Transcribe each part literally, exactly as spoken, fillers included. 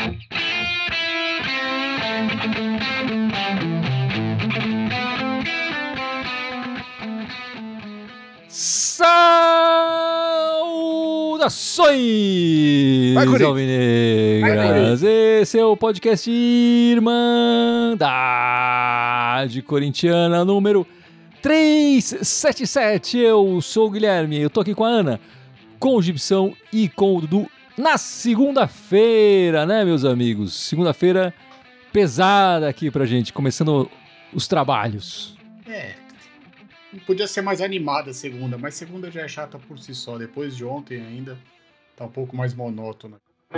Saudações, alvinegras! Esse é o podcast Irmandade Corintiana número trezentos e setenta e sete. Eu sou o Guilherme, eu tô aqui com a Ana, com o Gibson e com o Dudu na segunda-feira, né, meus amigos? Segunda-feira pesada aqui pra gente, começando os trabalhos. É, podia ser mais animada a segunda, mas segunda já é chata por si só. Depois de ontem ainda, tá um pouco mais monótona.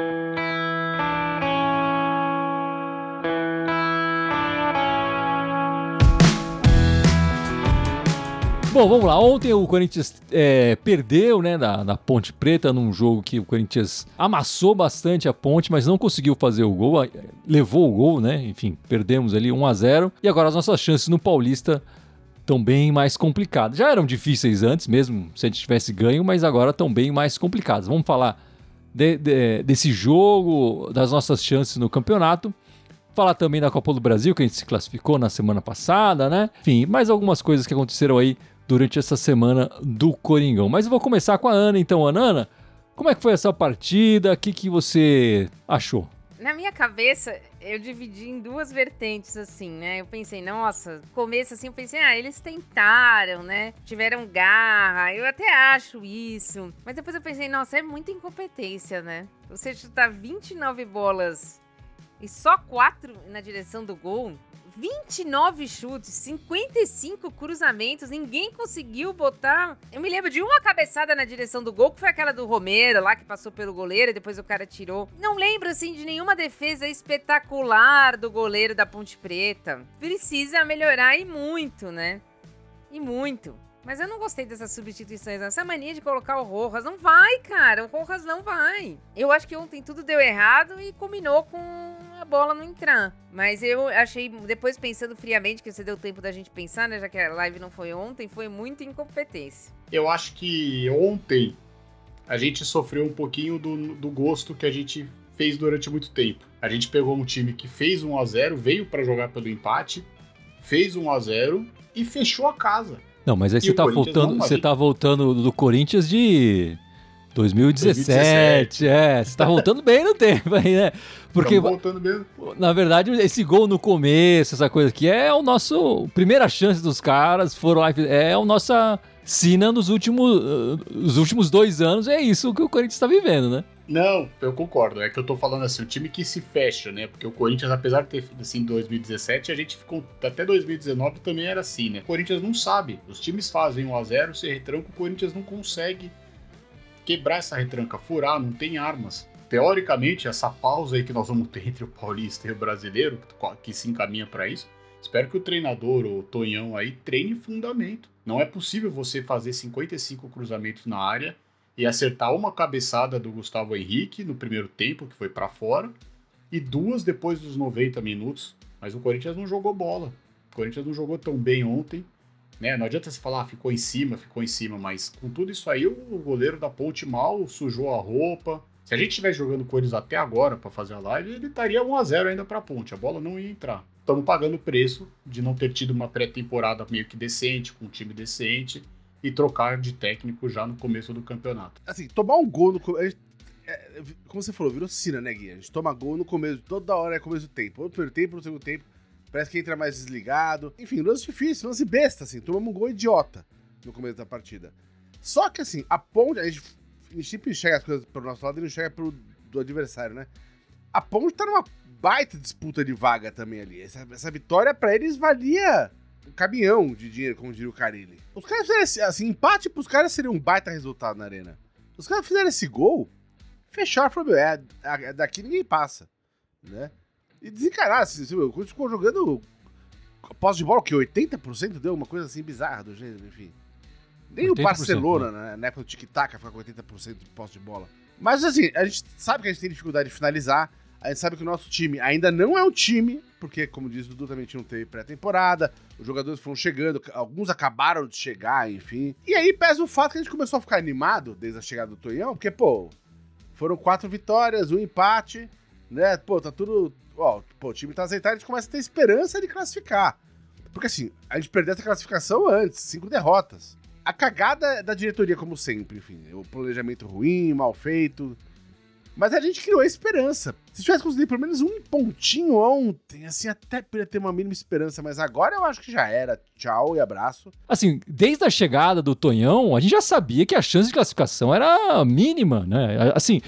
Bom, vamos lá. Ontem o Corinthians é, perdeu, né, da, da Ponte Preta num jogo que o Corinthians amassou bastante a Ponte, mas não conseguiu fazer o gol, levou o gol, né? Enfim, perdemos ali um a zero. E agora as nossas chances no Paulista estão bem mais complicadas. Já eram difíceis antes, mesmo se a gente tivesse ganho, mas agora estão bem mais complicadas. Vamos falar de, de, desse jogo, das nossas chances no campeonato. Falar também da Copa do Brasil, que a gente se classificou na semana passada, né? Enfim, mais algumas coisas que aconteceram aí durante essa semana do Coringão. Mas eu vou começar com a Ana, então. Ana, Ana, como é que foi essa partida? O que, que você achou? Na minha cabeça, eu dividi em duas vertentes, assim, né? Eu pensei, nossa, no começo, assim, eu pensei, ah, eles tentaram, né? Tiveram garra, eu até acho isso. Mas depois eu pensei, nossa, é muita incompetência, né? Você chutar vinte e nove bolas e só quatro na direção do gol, vinte e nove chutes, cinquenta e cinco cruzamentos, ninguém conseguiu botar. Eu me lembro de uma cabeçada na direção do gol, que foi aquela do Romero lá, que passou pelo goleiro e depois o cara tirou. Não lembro, assim, de nenhuma defesa espetacular do goleiro da Ponte Preta. Precisa melhorar e muito, né? E muito. Mas eu não gostei dessas substituições, essa mania de colocar o Rojas. Não vai, cara, o Rojas não vai. Eu acho que ontem tudo deu errado e combinou com a bola não entrar. Mas eu achei, depois pensando friamente, que você deu tempo da gente pensar, né, já que a live não foi ontem, foi muita incompetência. Eu acho que ontem a gente sofreu um pouquinho do, do gosto que a gente fez durante muito tempo. A gente pegou um time que fez um a zero, veio pra jogar pelo empate, fez um a zero e fechou a casa. Não, mas aí você tá, voltando, você tá voltando do Corinthians de dois mil e dezessete, dois mil e dezessete. É, você tá voltando bem no tempo aí, né? Porque, voltando mesmo. Na verdade, esse gol no começo, essa coisa aqui, é o nosso, primeira chance dos caras, foram lá, é a nossa sina nos últimos, os últimos dois anos, é isso que o Corinthians tá vivendo, né? Não, eu concordo, é que eu tô falando assim, o time que se fecha, né, porque o Corinthians, apesar de ter sido assim em dois mil e dezessete, a gente ficou, até dois mil e dezenove também era assim, né, o Corinthians não sabe, os times fazem um a zero, se retranca, o Corinthians não consegue quebrar essa retranca, furar, não tem armas. Teoricamente, essa pausa aí que nós vamos ter entre o paulista e o brasileiro, que se encaminha para isso, espero que o treinador, o Tonhão aí, treine fundamento. Não é possível você fazer cinquenta e cinco cruzamentos na área e acertar uma cabeçada do Gustavo Henrique no primeiro tempo, que foi pra fora, e duas depois dos noventa minutos. Mas o Corinthians não jogou bola. O Corinthians não jogou tão bem ontem, né? Não adianta você falar, ah, ficou em cima, ficou em cima, mas com tudo isso aí, o goleiro da Ponte mal sujou a roupa. Se a gente estivesse jogando com eles até agora pra fazer a live, ele estaria um a zero ainda pra Ponte, a bola não ia entrar. Estamos pagando o preço de não ter tido uma pré-temporada meio que decente, com um time decente, e trocar de técnico já no começo do campeonato. Assim, tomar um gol no começo... É, como você falou, virou sina, né, Gui? A gente toma gol no começo, toda hora é começo do tempo. Ou no primeiro tempo, ou no segundo tempo, parece que entra mais desligado. Enfim, lance difícil, lance besta, assim. Tomamos um gol idiota no começo da partida. Só que, assim, a Ponte... A gente, a gente sempre enxerga as coisas pro nosso lado e não enxerga pro do adversário, né? A Ponte tá numa baita disputa de vaga também ali. Essa, essa vitória pra eles valia um caminhão de dinheiro, como diria o Carille. Os caras fizeram esse, assim, empate pros caras seria um baita resultado na arena. Os caras fizeram esse gol, fecharam, falaram, é, é, daqui ninguém passa, né? E desencararam, assim, o Corinthians ficou jogando posse de bola, o que, oitenta por cento deu? Uma coisa assim bizarra do gênero, enfim. Nem o Barcelona, né, na época do tic-tac, ficou com oitenta por cento de posse de bola. Mas, assim, a gente sabe que a gente tem dificuldade de finalizar, a gente sabe que o nosso time ainda não é um time, porque, como diz o Dudu, também não teve pré-temporada, os jogadores foram chegando, alguns acabaram de chegar, enfim. E aí pesa o fato que a gente começou a ficar animado desde a chegada do Tonhão, porque, pô, foram quatro vitórias, um empate, né? Pô, tá tudo... Ó, pô, o time tá azeitado, a gente começa a ter esperança de classificar. Porque assim, a gente perdeu essa classificação antes, cinco derrotas. A cagada da diretoria, como sempre, enfim. O planejamento ruim, mal feito. Mas a gente criou a esperança. Se tivesse conseguido pelo menos um pontinho ontem, assim, até poderia ter uma mínima esperança. Mas agora eu acho que já era. Tchau e abraço. Assim, desde a chegada do Tonhão, a gente já sabia que a chance de classificação era mínima, né? Assim,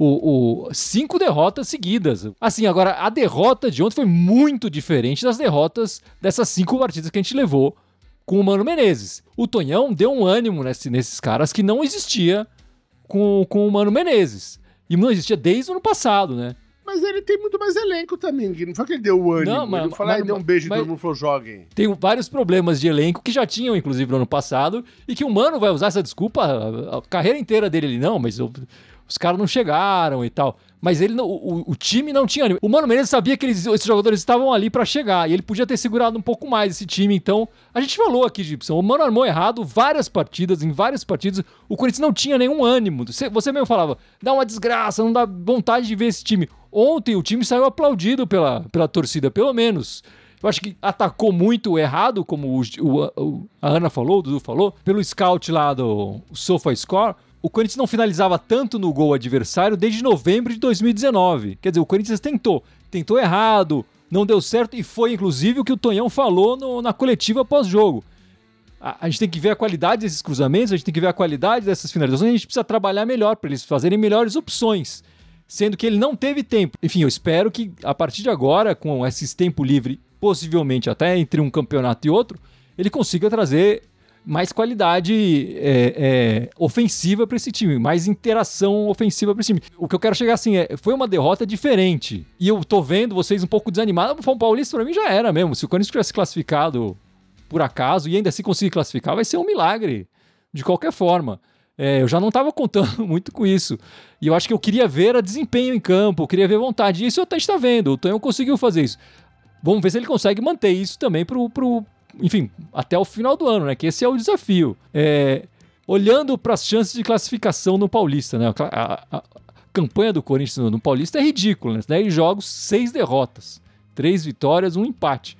o, o, cinco derrotas seguidas. Assim, agora, a derrota de ontem foi muito diferente das derrotas dessas cinco partidas que a gente levou com o Mano Menezes. O Tonhão deu um ânimo nesse, nesses caras que não existia com, com o Mano Menezes. E não existia desde o ano passado, né? Mas ele tem muito mais elenco também, Gui. Não foi que ele deu o ânimo. Não, mas, ele não falou, ele deu um beijo e todo mundo falou, joguem. Tem vários problemas de elenco que já tinham, inclusive, no ano passado, e que o Mano vai usar essa desculpa a, a carreira inteira dele. Ele, não, mas eu, os caras não chegaram e tal. Mas ele, o, o time não tinha ânimo. O Mano Menezes sabia que eles, esses jogadores estavam ali pra chegar, e ele podia ter segurado um pouco mais esse time. Então, a gente falou aqui, Gibson, o Mano armou errado várias partidas, em várias partidas, o Corinthians não tinha nenhum ânimo. Você, você mesmo falava, dá uma desgraça, não dá vontade de ver esse time. Ontem o time saiu aplaudido pela, pela torcida, pelo menos. Eu acho que atacou muito errado, como o, o, a Ana falou, o Dudu falou, pelo scout lá do SofaScore. O Corinthians não finalizava tanto no gol adversário desde novembro de dois mil e dezenove. Quer dizer, o Corinthians tentou. Tentou errado, não deu certo, e foi inclusive o que o Tonhão falou no, na coletiva pós-jogo. A, a gente tem que ver a qualidade desses cruzamentos, a gente tem que ver a qualidade dessas finalizações, a gente precisa trabalhar melhor para eles fazerem melhores opções. Sendo que ele não teve tempo. Enfim, eu espero que a partir de agora, com esse tempo livre, possivelmente até entre um campeonato e outro, ele consiga trazer mais qualidade é, é, ofensiva para esse time, mais interação ofensiva para esse time. O que eu quero chegar assim é, foi uma derrota diferente. E eu tô vendo vocês um pouco desanimados. O Paulista para mim já era mesmo. Se o Corinthians tivesse classificado por acaso e ainda assim conseguir classificar, vai ser um milagre de qualquer forma. É, eu já não estava contando muito com isso. E eu acho que eu queria ver a desempenho em campo, eu queria ver vontade. E isso até está vendo. O Tonhão conseguiu fazer isso. Vamos ver se ele consegue manter isso também pro, pro, enfim, até o final do ano, né? Que esse é o desafio. É, olhando para as chances de classificação no Paulista, né? A, a, a campanha do Corinthians no, no Paulista é ridícula, né? dez jogos, seis derrotas. três vitórias, um empate.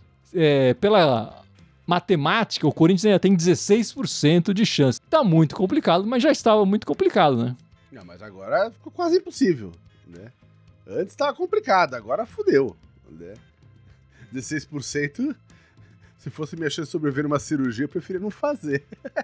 É, pela matemática, o Corinthians ainda tem dezesseis por cento de chance. Tá muito complicado, mas já estava muito complicado, né? Não, mas agora ficou quase impossível, né? Antes estava complicado, agora fudeu, né? dezesseis por cento, se fosse minha chance de sobreviver numa cirurgia, eu preferia não fazer.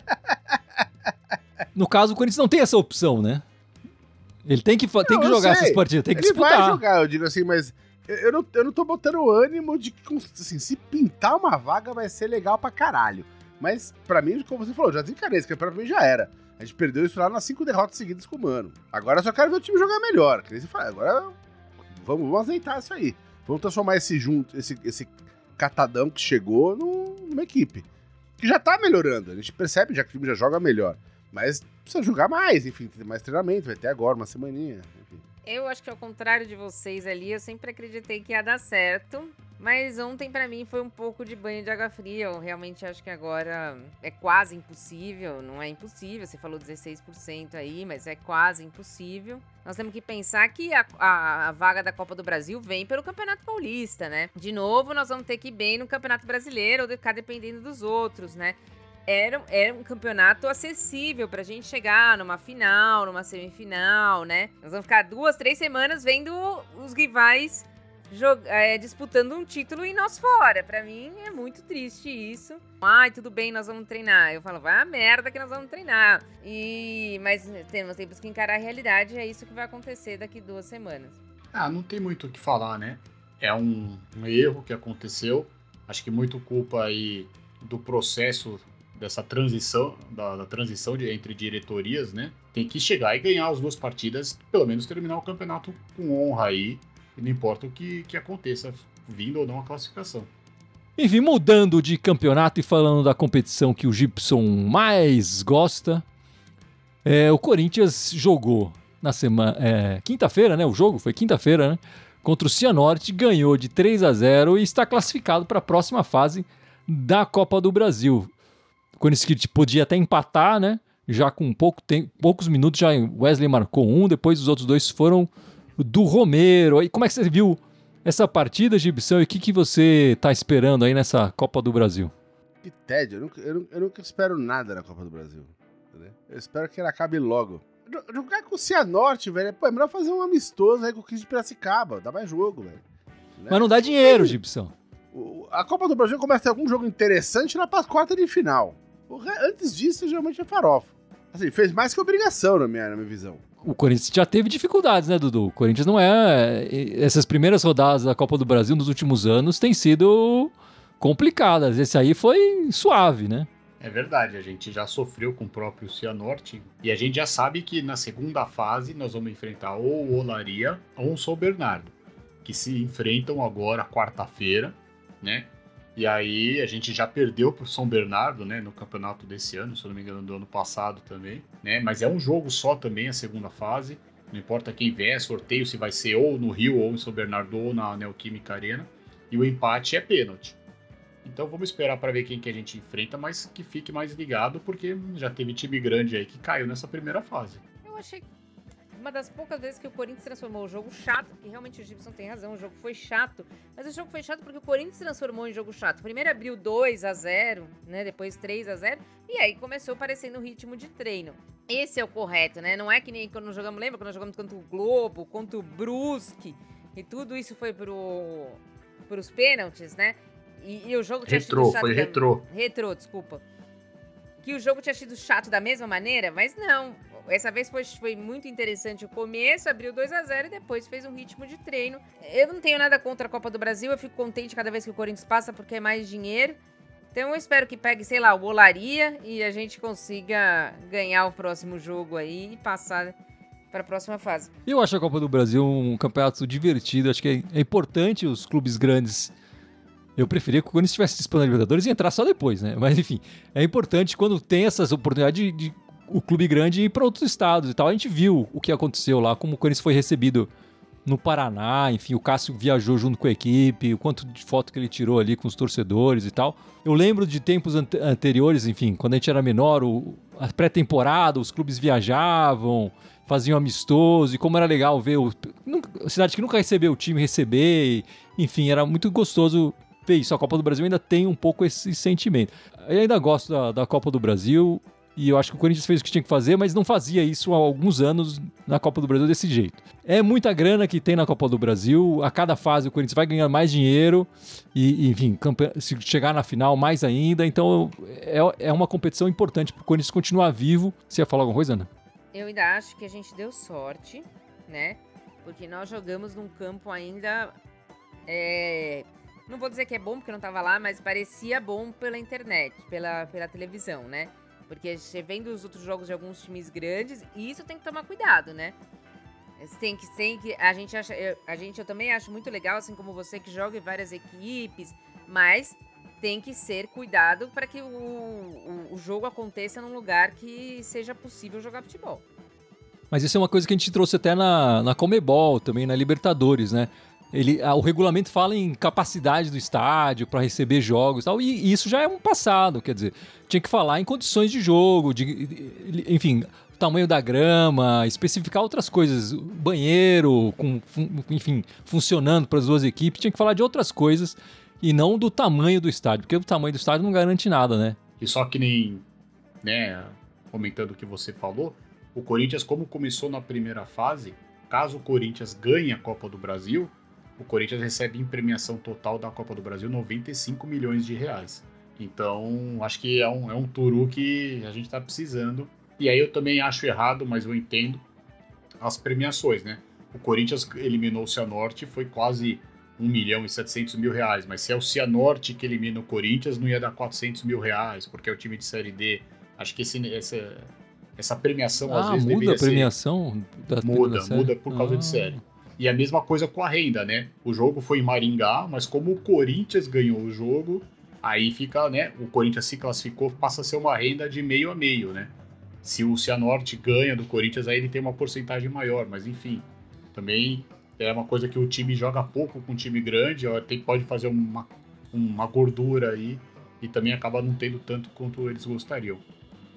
No caso, o Corinthians não tem essa opção, né? Ele tem que, tem não, que jogar essas partidas, tem que Ele disputar. Ele vai jogar, eu digo assim, mas eu, eu, não, eu não tô botando ânimo de que, assim, se pintar uma vaga vai ser legal pra caralho. Mas, pra mim, como você falou, já desencanei, esse campeonato pra mim já era. A gente perdeu isso lá nas cinco derrotas seguidas com o Mano. Agora eu só quero ver o time jogar melhor. Que nem você fala, agora vamos, vamos azeitar isso aí. Vamos transformar esse junto, esse, esse catadão que chegou num, numa equipe. Que já tá melhorando. A gente percebe já que o time já joga melhor. Mas precisa jogar mais, enfim, ter mais treinamento. Vai ter agora uma semaninha, enfim. Eu acho que ao contrário de vocês ali, eu sempre acreditei que ia dar certo. Mas ontem pra mim foi um pouco de banho de água fria. Eu realmente acho que agora é quase impossível. Não é impossível, você falou dezesseis por cento aí, mas é quase impossível. Nós temos que pensar que a, a, a vaga da Copa do Brasil vem pelo Campeonato Paulista, né? De novo, nós vamos ter que ir bem no Campeonato Brasileiro ou ficar dependendo dos outros, né? Era, era um campeonato acessível pra gente chegar numa final, numa semifinal, né? Nós vamos ficar duas, três semanas vendo os rivais jog- é, disputando um título e nós fora. Pra mim é muito triste isso. Ai, tudo bem, nós vamos treinar. Eu falo, vai a merda que nós vamos treinar. E... Mas temos, temos que encarar a realidade e é isso que vai acontecer daqui duas semanas. Ah, não tem muito o que falar, né? É um, um erro que aconteceu. Acho que muito culpa aí do processo dessa transição, da, da transição de, entre diretorias, né? Tem que chegar e ganhar as duas partidas, pelo menos terminar o campeonato com honra aí, e não importa o que, que aconteça, vindo ou não a classificação. Enfim, mudando de campeonato e falando da competição que o Gibson mais gosta, é, o Corinthians jogou na semana, é, quinta-feira, né? O jogo foi quinta-feira, né? Contra o Cianorte, ganhou de três a zero e está classificado para a próxima fase da Copa do Brasil. O Corinthians podia até empatar, né? Já com pouco tempo, poucos minutos, já Wesley marcou um, depois os outros dois foram do Romero. E como é que você viu essa partida, Gibson, e o que, que você tá esperando aí nessa Copa do Brasil? Que tédio, eu nunca, eu, nunca, eu nunca espero nada na Copa do Brasil. Entendeu? Eu espero que ela acabe logo. Jogar com o Cianorte, velho, pô, é melhor fazer um amistoso aí com o quinze de Piracicaba, dá mais jogo, velho. Né? Mas não dá dinheiro, Gibson. A Copa do Brasil começa a ter algum jogo interessante lá para quarta de final. Antes disso, geralmente é farofa. Assim, fez mais que obrigação na minha, na minha visão. O Corinthians já teve dificuldades, né, Dudu? O Corinthians não é... Essas primeiras rodadas da Copa do Brasil nos últimos anos têm sido complicadas. Esse aí foi suave, né? É verdade, a gente já sofreu com o próprio Cianorte e a gente já sabe que na segunda fase nós vamos enfrentar ou o Olaria ou o São Bernardo, que se enfrentam agora quarta-feira, né? E aí a gente já perdeu pro São Bernardo, né, no campeonato desse ano, se eu não me engano do ano passado também, né? Mas é um jogo só também a segunda fase, não importa quem vier, sorteio se vai ser ou no Rio ou em São Bernardo ou na Neoquímica Arena, e o empate é pênalti. Então vamos esperar para ver quem que a gente enfrenta, mas que fique mais ligado, porque já teve time grande aí que caiu nessa primeira fase. Eu achei uma das poucas vezes que o Corinthians transformou o jogo chato, que realmente o Gibson tem razão, o jogo foi chato, mas o jogo foi chato porque o Corinthians transformou em jogo chato. Primeiro abriu dois a zero, né, depois três a zero, e aí começou parecendo um ritmo de treino. Esse é o correto, né, não é que nem quando nós jogamos, lembra quando nós jogamos contra o Globo, contra o Brusque, e tudo isso foi pro, pros pênaltis, né? E, e o jogo tinha retrô, sido chato. Foi da... retrô. Retrô, desculpa. Que o jogo tinha sido chato da mesma maneira, mas não. Essa vez foi, foi muito interessante o começo, abriu dois a zero e depois fez um ritmo de treino. Eu não tenho nada contra a Copa do Brasil, eu fico contente cada vez que o Corinthians passa porque é mais dinheiro. Então eu espero que pegue, sei lá, o Olaria e a gente consiga ganhar o próximo jogo aí e passar para a próxima fase. Eu acho a Copa do Brasil um campeonato divertido, acho que é, é importante os clubes grandes. Eu preferia que o Corinthians estivesse disputando a Libertadores e entrar só depois, né? Mas enfim, é importante quando tem essas oportunidades de, de o clube grande ir para outros estados e tal. A gente viu o que aconteceu lá, como o Corinthians foi recebido no Paraná, enfim, o Cássio viajou junto com a equipe, o quanto de foto que ele tirou ali com os torcedores e tal. Eu lembro de tempos ante- anteriores, enfim, quando a gente era menor, o, a pré-temporada, os clubes viajavam, faziam amistoso, e como era legal ver o, a cidade que nunca recebeu o time receber, e, enfim, era muito gostoso ver isso. A Copa do Brasil ainda tem um pouco esse sentimento. Eu ainda gosto da, da Copa do Brasil, e eu acho que o Corinthians fez o que tinha que fazer, mas não fazia isso há alguns anos na Copa do Brasil desse jeito. É muita grana que tem na Copa do Brasil, a cada fase o Corinthians vai ganhar mais dinheiro, e, enfim, se chegar na final, mais ainda. Então é, é uma competição importante para o Corinthians continuar vivo. Você ia falar alguma coisa, Ana? Eu ainda acho que a gente deu sorte, né? Porque nós jogamos num campo ainda... É... Não vou dizer que é bom porque eu não tava lá, mas parecia bom pela internet, pela, pela televisão, né? Porque você vendo os outros jogos de alguns times grandes, e isso tem que tomar cuidado, né? Tem que, tem que, a gente acha, eu, a gente, eu também acho muito legal, assim como você, que joga em várias equipes, mas tem que ser cuidado para que o, o, o jogo aconteça num lugar que seja possível jogar futebol. Mas isso é uma coisa que a gente trouxe até na, na Conmebol, também na Libertadores, né? Ele, a, o regulamento fala em capacidade do estádio para receber jogos e tal, e, e isso já é um passado, quer dizer, tinha que falar em condições de jogo, de, de, enfim, tamanho da grama, especificar outras coisas, banheiro, com, enfim, funcionando para as duas equipes, tinha que falar de outras coisas e não do tamanho do estádio, porque o tamanho do estádio não garante nada, né? E só que nem, né, comentando o que você falou, o Corinthians, como começou na primeira fase, caso o Corinthians ganhe a Copa do Brasil, o Corinthians recebe em premiação total da Copa do Brasil noventa e cinco milhões de reais. Então, acho que é um, é um turu que a gente está precisando. E aí eu também acho errado, mas eu entendo as premiações, né? O Corinthians eliminou o Cianorte, foi quase um milhão e setecentos mil reais. Mas se é o Cianorte que elimina o Corinthians, não ia dar quatrocentos mil reais, porque é o time de Série D. Acho que esse, essa, essa premiação, ah, às vezes, muda deveria a premiação ser... da Muda, da muda por causa ah. de série. E a mesma coisa com a renda, né? O jogo foi em Maringá, mas como o Corinthians ganhou o jogo, aí fica, né? O Corinthians se classificou, passa a ser uma renda de meio a meio, né? Se o Cianorte ganha do Corinthians, aí ele tem uma porcentagem maior, mas enfim, também é uma coisa que o time joga pouco com um time grande, ó, tem, pode fazer uma, uma gordura aí e também acaba não tendo tanto quanto eles gostariam.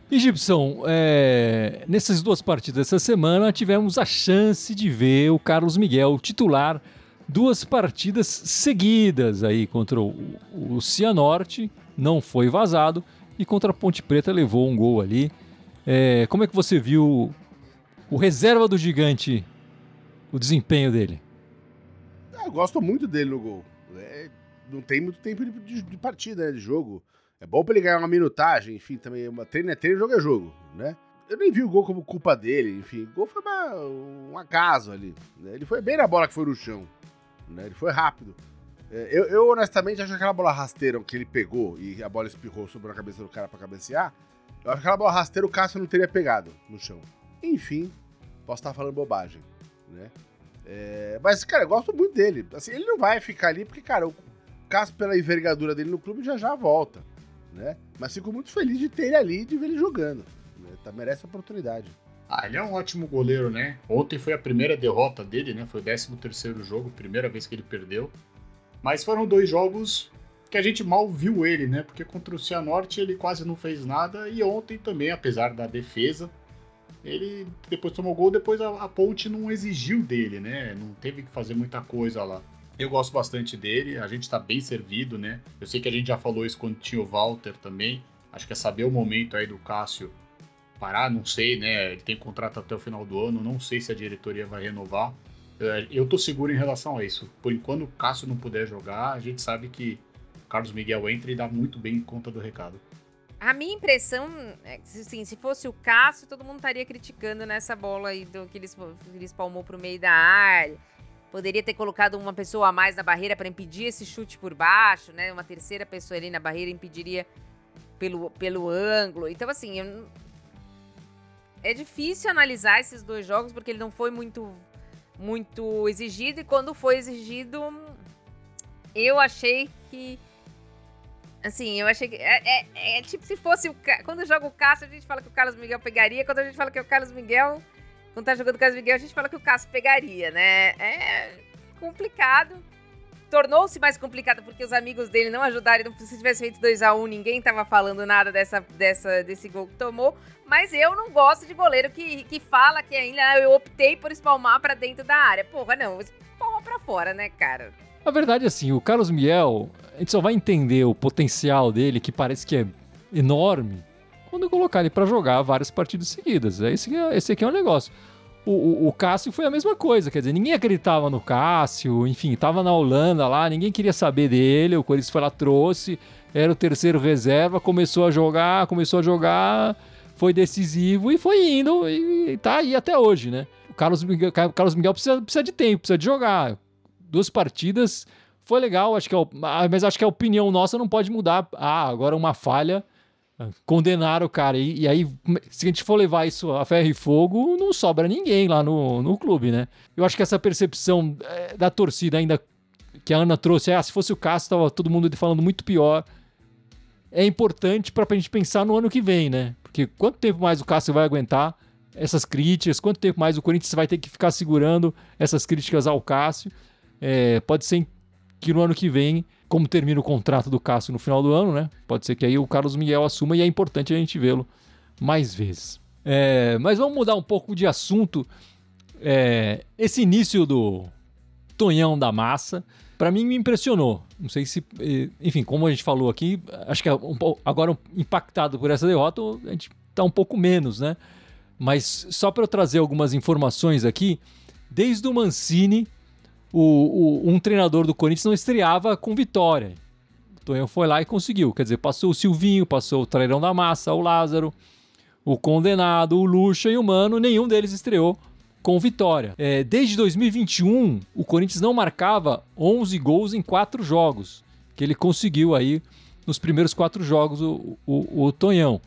E, Gibson, é... nessas duas partidas dessa semana, tivemos a chance de ver o Carlos Miguel titular duas partidas seguidas aí contra o, o Cianorte, não foi vazado, e contra a Ponte Preta levou um gol ali. É... Como é que você viu o reserva do Gigante, o desempenho dele? Eu gosto muito dele no gol. É, não tem muito tempo de, de, de partida, né, de jogo. É bom pra ele ganhar uma minutagem, enfim, também. Uma, treino é treino, jogo é jogo, né? Eu nem vi o gol como culpa dele, enfim. O gol foi uma, um acaso ali, né? Ele foi bem na bola que foi no chão, né? Ele foi rápido. É, eu, eu, honestamente, acho que aquela bola rasteira que ele pegou e a bola espirrou, sobrou na cabeça do cara pra cabecear, eu acho que aquela bola rasteira o Cássio não teria pegado no chão. Enfim, posso estar falando bobagem, né? É, mas, cara, eu gosto muito dele. Assim, ele não vai ficar ali porque, cara, o Cássio, pela envergadura dele no clube, já já volta, né? Mas fico muito feliz de ter ele ali e de ver ele jogando, né? Tá, merece a oportunidade. Ah, ele é um ótimo goleiro, né? Ontem foi a primeira derrota dele, né? Foi o décimo terceiro jogo, primeira vez que ele perdeu. Mas foram dois jogos que a gente mal viu ele, né? Porque contra o Cianorte ele quase não fez nada. E ontem também, apesar da defesa, ele depois tomou gol, depois a, a Ponte não exigiu dele, né? Não teve que fazer muita coisa lá. Eu gosto bastante dele, a gente tá bem servido, né? Eu sei que a gente já falou isso quando tinha o Walter também. Acho que é saber o momento aí do Cássio parar, não sei, né? Ele tem contrato até o final do ano, não sei se a diretoria vai renovar. Eu tô seguro em relação a isso. Por enquanto o Cássio não puder jogar, a gente sabe que o Carlos Miguel entra e dá muito bem conta do recado. A minha impressão é que, assim, se fosse o Cássio, todo mundo estaria criticando nessa bola aí do que ele, ele espalmou pro meio da área. Poderia ter colocado uma pessoa a mais na barreira para impedir esse chute por baixo, né? Uma terceira pessoa ali na barreira impediria pelo, pelo ângulo. Então, assim, eu... é difícil analisar esses dois jogos porque ele não foi muito, muito exigido. E quando foi exigido, eu achei que... Assim, eu achei que... É, é, é tipo se fosse o... Quando joga o Cássio, a gente fala que o Carlos Miguel pegaria. Quando a gente fala que é o Carlos Miguel... Quando tá jogando o Carlos Miguel, a gente fala que o Cássio pegaria, né? É complicado. Tornou-se mais complicado porque os amigos dele não ajudaram. Se tivesse feito dois a um, ninguém tava falando nada dessa, dessa, desse gol que tomou. Mas eu não gosto de goleiro que, que fala que ainda eu optei por espalmar pra dentro da área. Porra, não. Espalma pra fora, né, cara? A verdade é assim, o Carlos Miguel, a gente só vai entender o potencial dele, que parece que é enorme, quando colocar ele pra jogar várias partidas seguidas. Esse, esse aqui é um negócio. O, o, o Cássio foi a mesma coisa, quer dizer, ninguém acreditava no Cássio, enfim, tava na Holanda lá, ninguém queria saber dele, o Corinthians foi lá, trouxe, era o terceiro reserva, começou a jogar, começou a jogar, foi decisivo e foi indo e, e tá aí até hoje, né? O Carlos Miguel, Carlos Miguel precisa, precisa de tempo, precisa de jogar. Duas partidas, foi legal, acho que é, mas acho que a opinião nossa não pode mudar. Ah, agora uma falha, condenar o cara. E, e aí, se a gente for levar isso a ferro e fogo, não sobra ninguém lá no, no clube, né? Eu acho que essa percepção é, da torcida ainda que a Ana trouxe, ah, se fosse o Cássio, tava todo mundo falando muito pior, é importante pra, pra gente pensar no ano que vem, né? Porque quanto tempo mais o Cássio vai aguentar essas críticas, quanto tempo mais o Corinthians vai ter que ficar segurando essas críticas ao Cássio. É, pode ser que no ano que vem, como termina o contrato do Cássio no final do ano, né? Pode ser que aí o Carlos Miguel assuma e é importante a gente vê-lo mais vezes. É, mas vamos mudar um pouco de assunto. É, esse início do Tonhão da Massa, para mim me impressionou. Não sei se... Enfim, como a gente falou aqui, acho que um, agora impactado por essa derrota, a gente tá um pouco menos, né? Mas só para eu trazer algumas informações aqui, desde o Mancini, O, o, um treinador do Corinthians não estreava com vitória. O Tonhão foi lá e conseguiu. Quer dizer, passou o Silvinho, passou o Trairão da Massa, o Lázaro, o Condenado, o Lucha e o Mano. Nenhum deles estreou com vitória. É, desde dois mil e vinte e um, o Corinthians não marcava onze gols em quatro jogos. Que ele conseguiu aí nos primeiros quatro jogos, o, o, o Tonhão.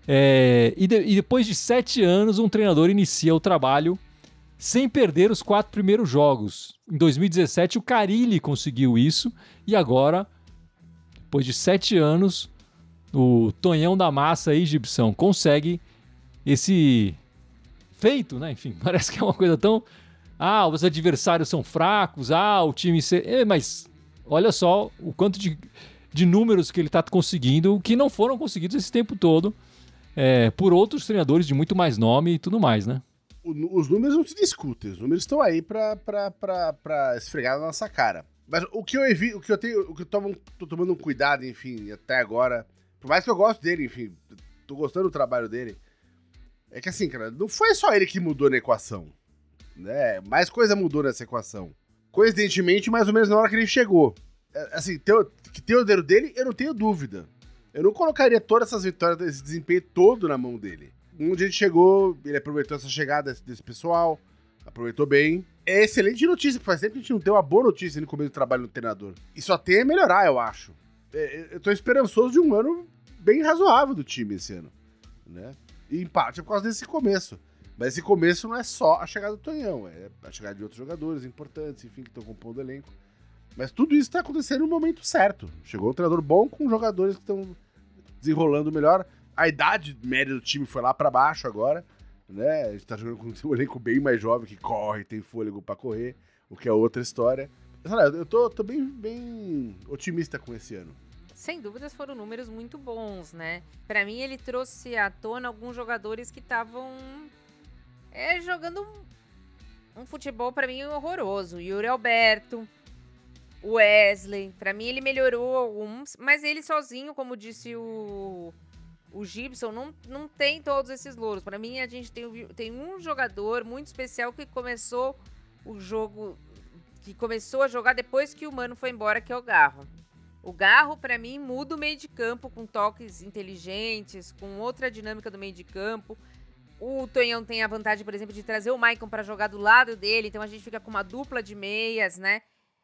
É, e, de, e depois de sete anos, um treinador inicia o trabalho sem perder os quatro primeiros jogos. Em dois mil e dezessete, o Carille conseguiu isso. E agora, depois de sete anos, o Tonhão da Massa aí, Gibson, consegue esse feito, né? Enfim, parece que é uma coisa tão... Ah, os adversários são fracos. Ah, o time... É, mas olha só o quanto de, de números que ele está conseguindo, que não foram conseguidos esse tempo todo é, por outros treinadores de muito mais nome e tudo mais, né? O- os números não se discutem, os números estão aí pra, pra, pra, pra esfregar na nossa cara. Mas o que eu evito, o que eu tenho, o que eu tomo, tô tomando um cuidado, enfim, até agora, por mais que eu goste dele, enfim, tô gostando do trabalho dele, é que assim, cara, não foi só ele que mudou na equação, né? Mais coisa mudou nessa equação. Coincidentemente, mais ou menos na hora que ele chegou. É, assim, tem, o- que tem o dedo dele, eu não tenho dúvida. Eu não colocaria todas essas vitórias, esse desempenho todo na mão dele. Onde ele chegou, ele aproveitou essa chegada desse, desse pessoal, aproveitou bem. É excelente notícia, porque faz tempo que a gente não tem uma boa notícia no começo do trabalho do treinador. E só tem a melhorar, eu acho. É, eu tô esperançoso de um ano bem razoável do time esse ano, né? E em parte é por causa desse começo. Mas esse começo não é só a chegada do Tonhão, é a chegada de outros jogadores importantes, enfim, que estão compondo o elenco. Mas tudo isso tá acontecendo no momento certo. Chegou um treinador bom com jogadores que estão desenrolando melhor. A idade média do time foi lá pra baixo agora, né? A gente tá jogando com um elenco bem mais jovem, que corre, tem fôlego pra correr, o que é outra história. Mas, olha, eu tô, tô bem, bem otimista com esse ano. Sem dúvidas foram números muito bons, né? Pra mim ele trouxe à tona alguns jogadores que estavam é, jogando um, um futebol pra mim horroroso. Yuri Alberto, o Wesley, pra mim ele melhorou alguns, mas ele sozinho, como disse o o Gibson, não, não tem todos esses louros. Pra mim a gente tem, tem um jogador muito especial que começou o jogo, que começou a jogar depois que o Mano foi embora, que é o Garro. O Garro, pra mim, muda o meio de campo com toques inteligentes, com outra dinâmica do meio de campo. O Tonhão tem a vantagem, por exemplo, de trazer o Maicon pra jogar do lado dele, então a gente fica com uma dupla de meias, né?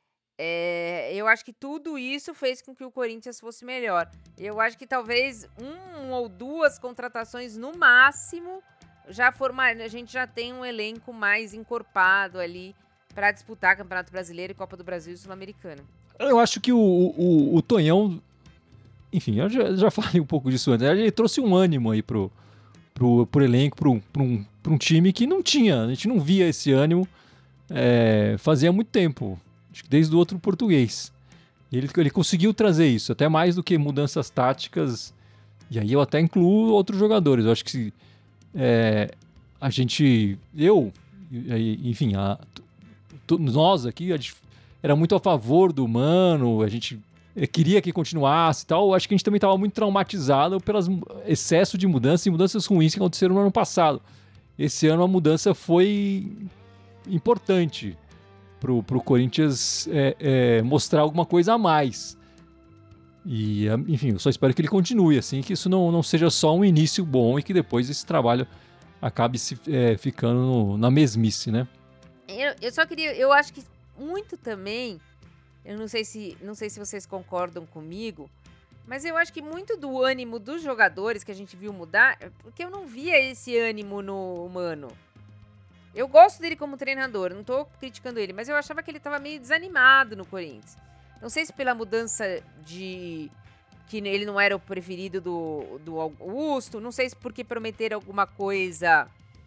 É, eu acho que tudo isso fez com que o Corinthians fosse melhor. Eu acho que talvez um ou duas contratações no máximo já formar, a gente já tem um elenco mais encorpado ali pra disputar Campeonato Brasileiro e Copa do Brasil e Sul-Americana. Eu acho que o, o, o Tonhão, enfim, eu já, já falei um pouco disso antes, ele trouxe um ânimo aí pro, pro, pro elenco, pro, pro, um, pro um time que não tinha, a gente não via esse ânimo é, fazia muito tempo, acho que desde o outro português. Ele, ele conseguiu trazer isso, até mais do que mudanças táticas, e aí eu até incluo outros jogadores. Eu acho que é, a gente, eu, enfim, a, nós aqui, a gente era muito a favor do Mano, a gente queria que continuasse e tal. Eu acho que a gente também estava muito traumatizado pelos excesso de mudanças e mudanças ruins que aconteceram no ano passado. Esse ano a mudança foi importante pro, pro Corinthians é, é, mostrar alguma coisa a mais. E, enfim, eu só espero que ele continue assim, que isso não, não seja só um início bom e que depois esse trabalho acabe se, é, ficando no, na mesmice, né? Eu, eu só queria, eu acho que muito também, eu não sei se, não sei se vocês concordam comigo, mas eu acho que muito do ânimo dos jogadores que a gente viu mudar, porque eu não via esse ânimo no Mano. Eu gosto dele como treinador, não tô criticando ele, mas eu achava que ele tava meio desanimado no Corinthians. Não sei se pela mudança de que ele não era o preferido do, do Augusto, não sei se porque prometeram alguma coisa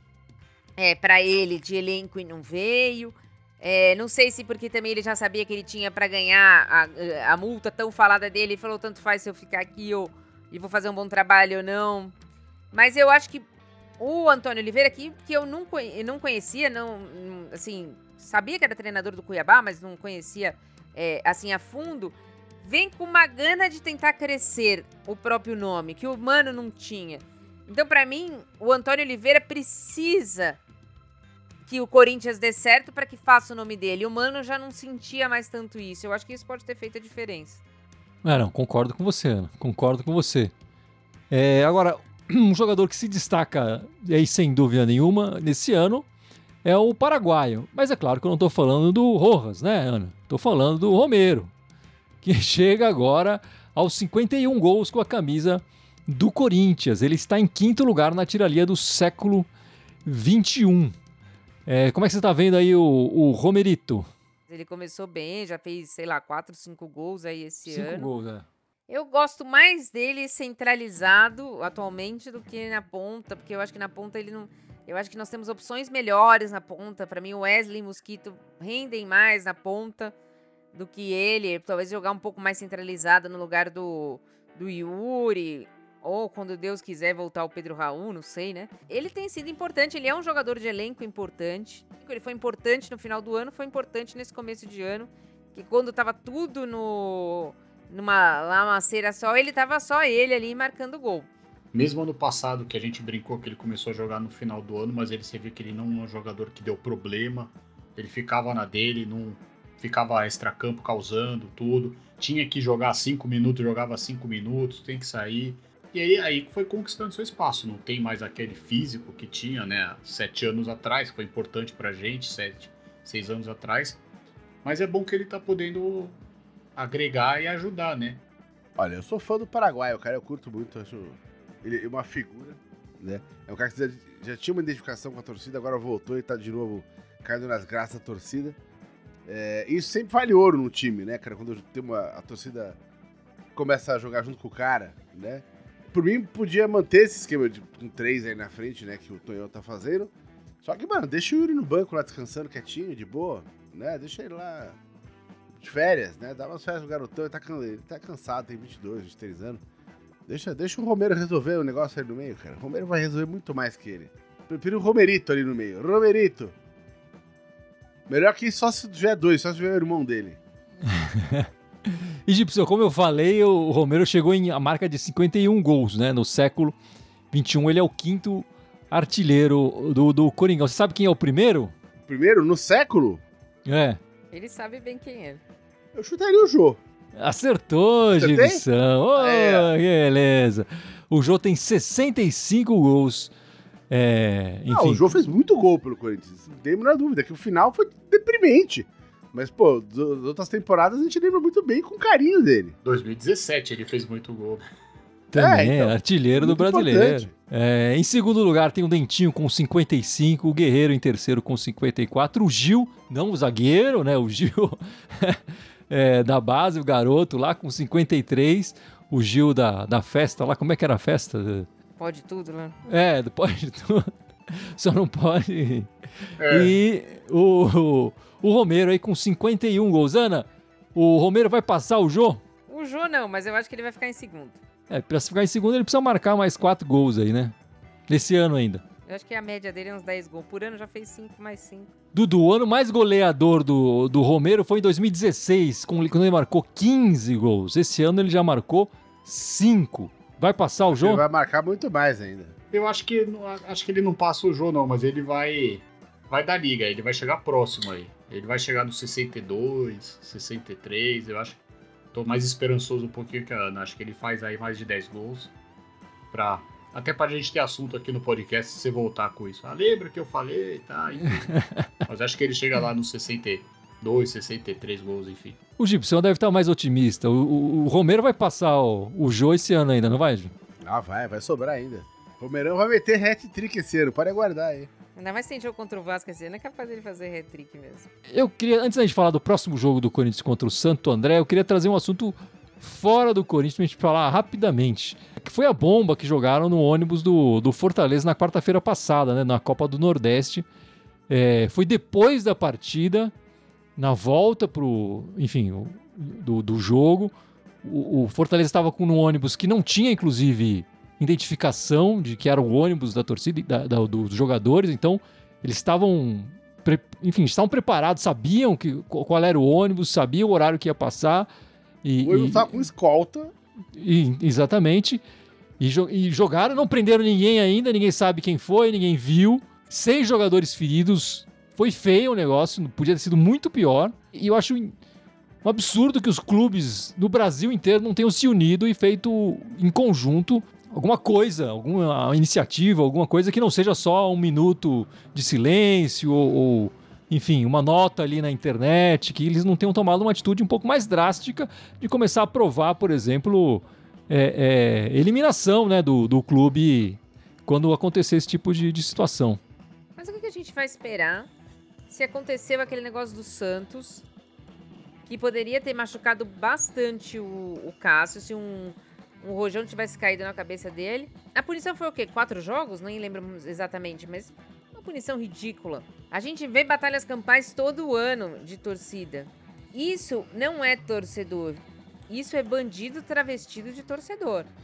é, para ele de elenco e não veio. É, não sei se porque também ele já sabia que ele tinha para ganhar a, a multa tão falada dele e falou, tanto faz se eu ficar aqui ou, e vou fazer um bom trabalho ou não. Mas eu acho que o Antônio Oliveira, que, que eu não, eu não conhecia, não, assim, sabia que era treinador do Cuiabá, mas não conhecia é, assim a fundo, vem com uma gana de tentar crescer o próprio nome, que o Mano não tinha. Então, pra mim, o Antônio Oliveira precisa que o Corinthians dê certo para que faça o nome dele. O Mano já não sentia mais tanto isso. Eu acho que isso pode ter feito a diferença. É, não, concordo com você, Ana. Concordo com você. É, agora, um jogador que se destaca, aí, sem dúvida nenhuma, nesse ano, é o paraguaio. Mas é claro que eu não estou falando do Rojas, né, Ana? Estou falando do Romero, que chega agora aos cinquenta e um gols com a camisa do Corinthians. Ele está em quinto lugar na tiralia do século vinte e um. É, como é que você está vendo aí o, o Romerito? Ele começou bem, já fez, sei lá, quatro, cinco gols aí esse Cinco ano. Cinco gols, é. Eu gosto mais dele centralizado atualmente do que na ponta, porque eu acho que na ponta ele não... Eu acho que nós temos opções melhores na ponta. Para mim, o Wesley e o Mosquito rendem mais na ponta do que ele. Talvez jogar um pouco mais centralizado no lugar do, do Yuri. ou quando Deus quiser voltar o Pedro Raul, não sei, né? Ele tem sido importante, ele é um jogador de elenco importante. Ele foi importante no final do ano, foi importante nesse começo de ano, que quando tava tudo no numa lamaceira só, ele tava só ele ali marcando gol. Mesmo ano passado, que a gente brincou que ele começou a jogar no final do ano, mas ele você vê que ele não é um jogador que deu problema, ele ficava na dele, não ficava extracampo causando tudo, tinha que jogar cinco minutos, jogava cinco minutos, tem que sair. E aí, aí foi conquistando seu espaço. Não tem mais aquele físico que tinha, né? Sete anos atrás, que foi importante pra gente, sete, seis anos atrás. Mas é bom que ele tá podendo agregar e ajudar, né? Olha, eu sou fã do Paraguai, o cara eu curto muito, acho ele é uma figura, né? É um cara que já, já tinha uma identificação com a torcida, agora voltou e tá de novo caindo nas graças da torcida. É, isso sempre vale ouro no time, né, cara? Quando tem uma, a torcida começa a jogar junto com o cara, né? Por mim, podia manter esse esquema de com três aí na frente, né, que o Tonhão tá fazendo. Só que, mano, deixa o Yuri no banco lá descansando quietinho, de boa, né? Deixa ele lá de férias, né? Dá umas férias pro garotão, ele tá, can... ele tá cansado, tem vinte e dois, vinte e três anos. Deixa, deixa o Romero resolver o negócio aí no meio, cara. O Romero vai resolver muito mais que ele. Prefiro o Romerito ali no meio. Romerito! Melhor que só se tiver dois, só se tiver o irmão dele. E, Gibson, como eu falei, o Romero chegou em a marca de cinquenta e um gols, né? No século vinte e um, ele é o quinto artilheiro do, do Coringão. Você sabe quem é o primeiro? Primeiro? No século? É. Ele sabe bem quem é. Eu chutaria o Jô. Acertou, Acertei? Gibson. Oh, É. beleza. O Jô tem sessenta e cinco gols. É, enfim. Ah, o Jô fez muito gol pelo Corinthians. Não tem a menor dúvida que o final foi deprimente. Mas, pô, das outras temporadas a gente lembra muito bem com carinho dele. dois mil e dezessete ele fez muito gol. Também, É, então, artilheiro do muito brasileiro. É, em segundo lugar tem o Dentinho com cinquenta e cinco, o Guerreiro em terceiro com cinquenta e quatro, o Gil, não o zagueiro, né? O Gil é, da base, o garoto lá com cinquenta e três, o Gil da, da festa lá, como é que era a festa? Pode tudo, né? É, pode tudo, só não pode. É. E o, o, o Romero aí com cinquenta e um gols. Ana, o Romero vai passar o Jô? O Jô não, mas eu acho que ele vai ficar em segundo. É, pra ficar em segundo ele precisa marcar mais quatro gols aí, né? Nesse ano ainda. Eu acho que a média dele é uns dez gols por ano, já fez cinco mais cinco. Dudu, o ano mais goleador do, do Romero foi em dois mil e dezesseis, quando ele marcou quinze gols. Esse ano ele já marcou cinco. Vai passar o Ele Jô? vai marcar muito mais ainda. Eu acho que, acho que ele não passa o Jô, não, mas ele vai, vai dar liga, ele vai chegar próximo aí. Ele vai chegar no sessenta e dois, sessenta e três, eu acho. Tô mais esperançoso um pouquinho que a Ana. Acho que ele faz aí mais de dez gols. Pra, até pra gente ter assunto aqui no podcast se você voltar com isso. Ah, lembra que eu falei, tá? Enfim. Mas acho que ele chega lá nos sessenta e dois, sessenta e três gols, enfim. O Gibson deve estar mais otimista. O, o, o Romero vai passar o, o Jô esse ano ainda, não vai, Gil? Ah, vai, vai sobrar ainda. O Romerão vai meter hat-trick esse ano, pode aguardar aí. Ainda mais se tem jogo contra o Vasco esse ano, é capaz dele fazer hat-trick mesmo. Eu queria, antes da gente falar do próximo jogo do Corinthians contra o Santo André, eu queria trazer um assunto fora do Corinthians pra gente falar rapidamente. Que foi a bomba que jogaram no ônibus do, do Fortaleza na quarta-feira passada, né, na Copa do Nordeste. É, foi depois da partida, na volta pro, enfim, o, do, do jogo. O, o Fortaleza estava com um ônibus que não tinha, inclusive, identificação de que era o ônibus da torcida, da, da, dos jogadores, então eles estavam, pre, enfim, estavam preparados, sabiam que, qual era o ônibus, sabiam o horário que ia passar. E, O ônibus e, tava com escolta. e, exatamente. E, e jogaram, não prenderam ninguém ainda, ninguém sabe quem foi, ninguém viu. Seis jogadores feridos, foi feio o negócio, podia ter sido muito pior. E eu acho um absurdo que os clubes do Brasil inteiro não tenham se unido e feito em conjunto alguma coisa, alguma iniciativa, alguma coisa que não seja só um minuto de silêncio ou, ou, enfim, uma nota ali na internet, que eles não tenham tomado uma atitude um pouco mais drástica de começar a aprovar, por exemplo, é, é, eliminação, né, do, do clube quando acontecer esse tipo de, de situação. Mas o que a gente vai esperar se aconteceu aquele negócio do Santos, que poderia ter machucado bastante o, o Cássio, se um... um rojão tivesse caído na cabeça dele. A punição foi o quê? Quatro jogos? Nem lembro exatamente, mas uma punição ridícula. A gente vê batalhas campais todo ano de torcida. Isso não é torcedor. Isso é bandido travestido de torcedor.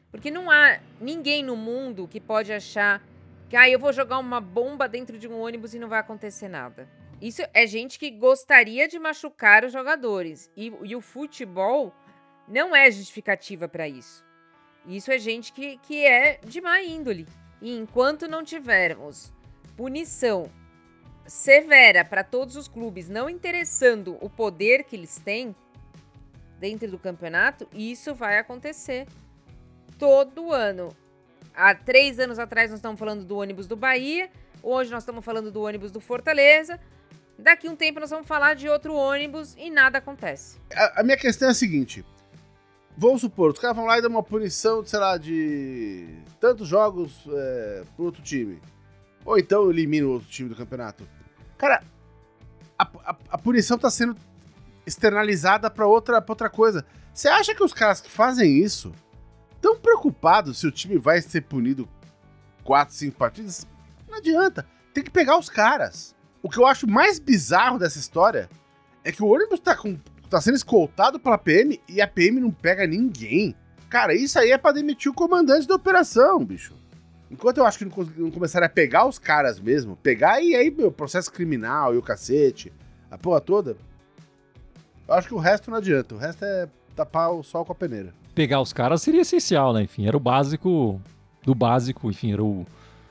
Porque não há ninguém no mundo que pode achar que ah, eu vou jogar uma bomba dentro de um ônibus e não vai acontecer nada. Isso é gente que gostaria de machucar os jogadores. E, e o futebol não é justificativa para isso. Isso é gente que, que é de má índole. E enquanto não tivermos punição severa para todos os clubes, não interessando o poder que eles têm dentro do campeonato, isso vai acontecer todo ano. Há três anos atrás nós estamos falando do ônibus do Bahia, hoje nós estamos falando do ônibus do Fortaleza, daqui a um tempo nós vamos falar de outro ônibus e nada acontece. A, a minha questão é a seguinte, vamos supor, os caras vão lá e dão uma punição, sei lá, de tantos jogos é, pro outro time, ou então elimina o outro time do campeonato. Cara, a, a, a punição tá sendo externalizada pra outra, pra outra coisa. Você acha que os caras que fazem isso tão preocupados se o time vai ser punido quatro, cinco partidas? Não adianta. Tem que pegar os caras. O que eu acho mais bizarro dessa história é que o ônibus tá, com, tá sendo escoltado pela P M e a P M não pega ninguém. Cara, isso aí é pra demitir o comandante da operação, bicho. Enquanto eu acho que não, não começarem a pegar os caras mesmo, pegar e aí, meu, processo criminal e o cacete, a porra toda, eu acho que o resto não adianta. O resto é tapar o sol com a peneira. Pegar os caras seria essencial, né? Enfim, era o básico do básico, enfim, era o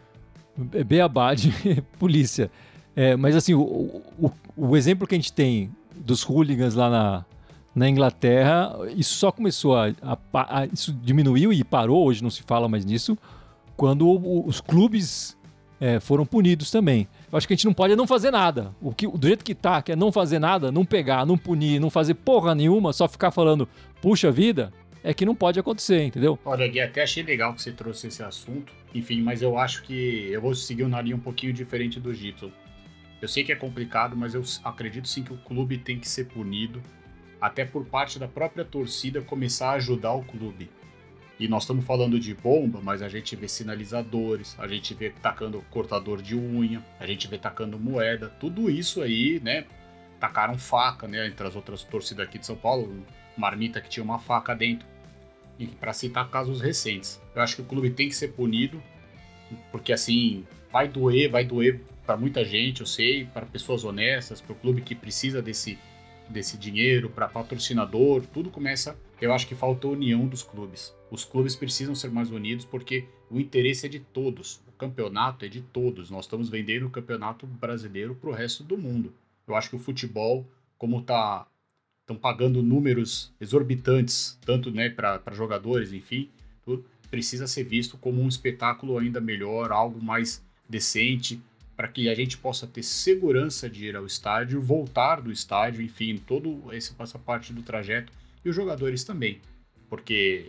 beabá de polícia. É, mas assim, o, o, o exemplo que a gente tem dos hooligans lá na, na Inglaterra, isso só começou a, a, a... Isso diminuiu e parou, hoje não se fala mais nisso, quando o, os clubes é, foram punidos também. Eu acho que a gente não pode não fazer nada. O que, do jeito que tá, que é não fazer nada, não pegar, não punir, não fazer porra nenhuma, só ficar falando, puxa vida, é que não pode acontecer, entendeu? Olha, Gui, até achei legal que você trouxe esse assunto, enfim, mas eu acho que eu vou seguir uma linha um pouquinho diferente do Gibson. Eu sei que é complicado, mas eu acredito sim que o clube tem que ser punido, até por parte da própria torcida começar a ajudar o clube. E nós estamos falando de bomba, mas a gente vê sinalizadores, a gente vê tacando cortador de unha, a gente vê tacando moeda, tudo isso aí, né? Tacaram faca, né? Entre as outras torcidas aqui de São Paulo, Marmita que tinha uma faca dentro. E para citar casos recentes. Eu acho que o clube tem que ser punido, porque assim, vai doer, vai doer para muita gente, eu sei, para pessoas honestas, para o clube que precisa desse, desse dinheiro, para patrocinador, tudo começa. Eu acho que falta união dos clubes. Os clubes precisam ser mais unidos porque o interesse é de todos. O campeonato é de todos. Nós estamos vendendo o campeonato brasileiro para o resto do mundo. Eu acho que o futebol, como está estão pagando números exorbitantes, tanto né, para jogadores, enfim, tudo, precisa ser visto como um espetáculo ainda melhor, algo mais decente, para que a gente possa ter segurança de ir ao estádio, voltar do estádio, enfim, todo esse essa parte do trajeto, e os jogadores também, porque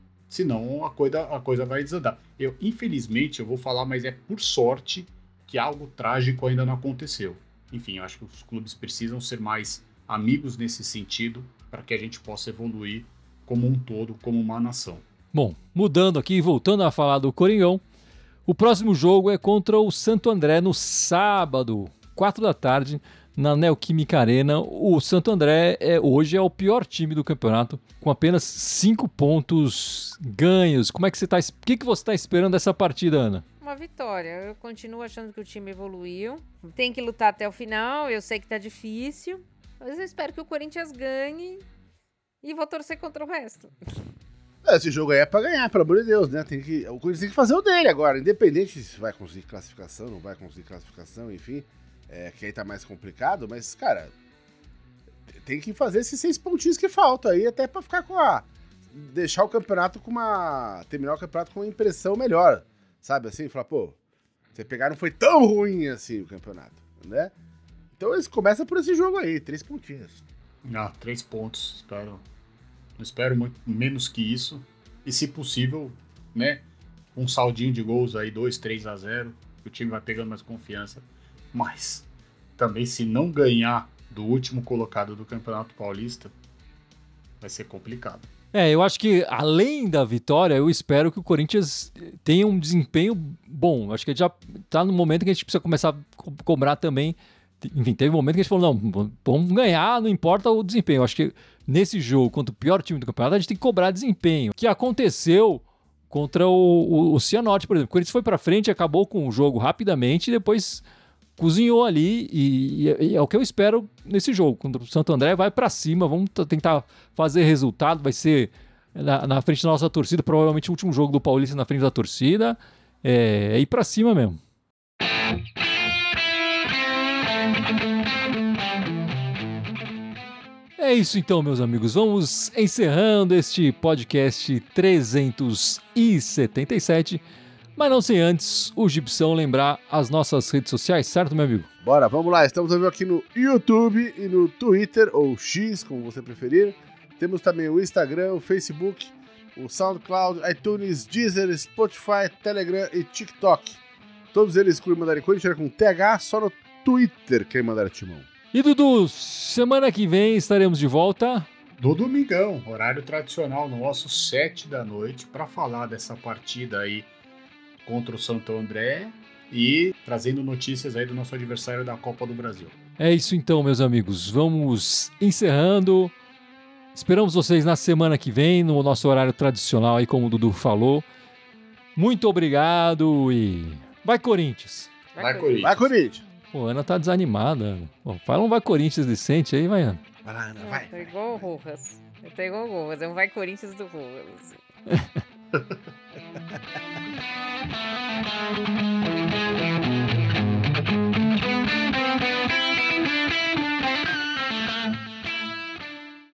senão a coisa, a coisa vai desandar. Eu, infelizmente, eu vou falar, mas é por sorte que algo trágico ainda não aconteceu. Enfim, eu acho que os clubes precisam ser mais amigos nesse sentido, para que a gente possa evoluir como um todo, como uma nação. Bom, mudando aqui, voltando a falar do Coringão, o próximo jogo é contra o Santo André no sábado, quatro da tarde, na Neoquímica Arena. O Santo André é, hoje é o pior time do campeonato, com apenas cinco pontos ganhos. Como é que você tá, o que, que você está esperando dessa partida, Ana? Uma vitória. Eu continuo achando que o time evoluiu. Tem que lutar até o final, eu sei que tá difícil, mas eu espero que o Corinthians ganhe e vou torcer contra o resto. Esse jogo aí é pra ganhar, pelo amor de Deus, né? Tem que, o Corinthians tem que fazer o dele agora, independente se vai conseguir classificação, não vai conseguir classificação, enfim, é, que aí tá mais complicado, mas, cara, tem que fazer esses seis pontinhos que faltam aí, até pra ficar com a... deixar o campeonato com uma... terminar o campeonato com uma impressão melhor, sabe? Assim, falar, pô, você pegar não foi tão ruim assim o campeonato, né? Então eles começam por esse jogo aí, três pontinhos. Ah, três pontos, espero... Não espero muito menos que isso. E se possível, né? Um saldinho de gols aí, dois, três a zero. Que o time vai pegando mais confiança. Mas também se não ganhar do último colocado do Campeonato Paulista, vai ser complicado. É, eu acho que além da vitória, eu espero que o Corinthians tenha um desempenho bom. Acho que já tá no momento que a gente precisa começar a co- cobrar também. Enfim, teve um momento que a gente falou, não, vamos ganhar, não importa o desempenho. Eu acho que nesse jogo, contra o pior time do campeonato, a gente tem que cobrar desempenho. O que aconteceu contra o, o, o Cianorte, por exemplo. O Corinthians foi pra frente, acabou com o jogo rapidamente e depois cozinhou ali e, e, e é o que eu espero nesse jogo. Contra o Santo André vai pra cima, vamos t- tentar fazer resultado, vai ser na, na frente da nossa torcida, provavelmente o último jogo do Paulista na frente da torcida, é, é ir pra cima mesmo. É isso então, meus amigos. Vamos encerrando este podcast trezentos e setenta e sete. Mas não sem antes o Gibson lembrar as nossas redes sociais, certo, meu amigo? Bora, vamos lá. Estamos ao vivo aqui no YouTube e no Twitter, ou X, como você preferir. Temos também o Instagram, o Facebook, o SoundCloud, iTunes, Deezer, Spotify, Telegram e TikTok. Todos eles com Irmandade Corinthians com T H, só no Twitter que é Irmandade Timão. E Dudu, semana que vem estaremos de volta. Do domingão, horário tradicional nosso, sete da noite, para falar dessa partida aí contra o Santo André e trazendo notícias aí do nosso adversário da Copa do Brasil. É isso então, meus amigos. Vamos encerrando. Esperamos vocês na semana que vem, no nosso horário tradicional aí, como o Dudu falou. Muito obrigado e vai Corinthians! Vai, Corinthians! Vai, Corinthians! Pô, a Ana tá desanimada. Pô, fala um vai Corinthians decente aí, vai, Ana. Vai lá, Ana, Eu vai. tô igual o Rojas. Eu tô igual o Rojas. É um vai Corinthians do Rojas.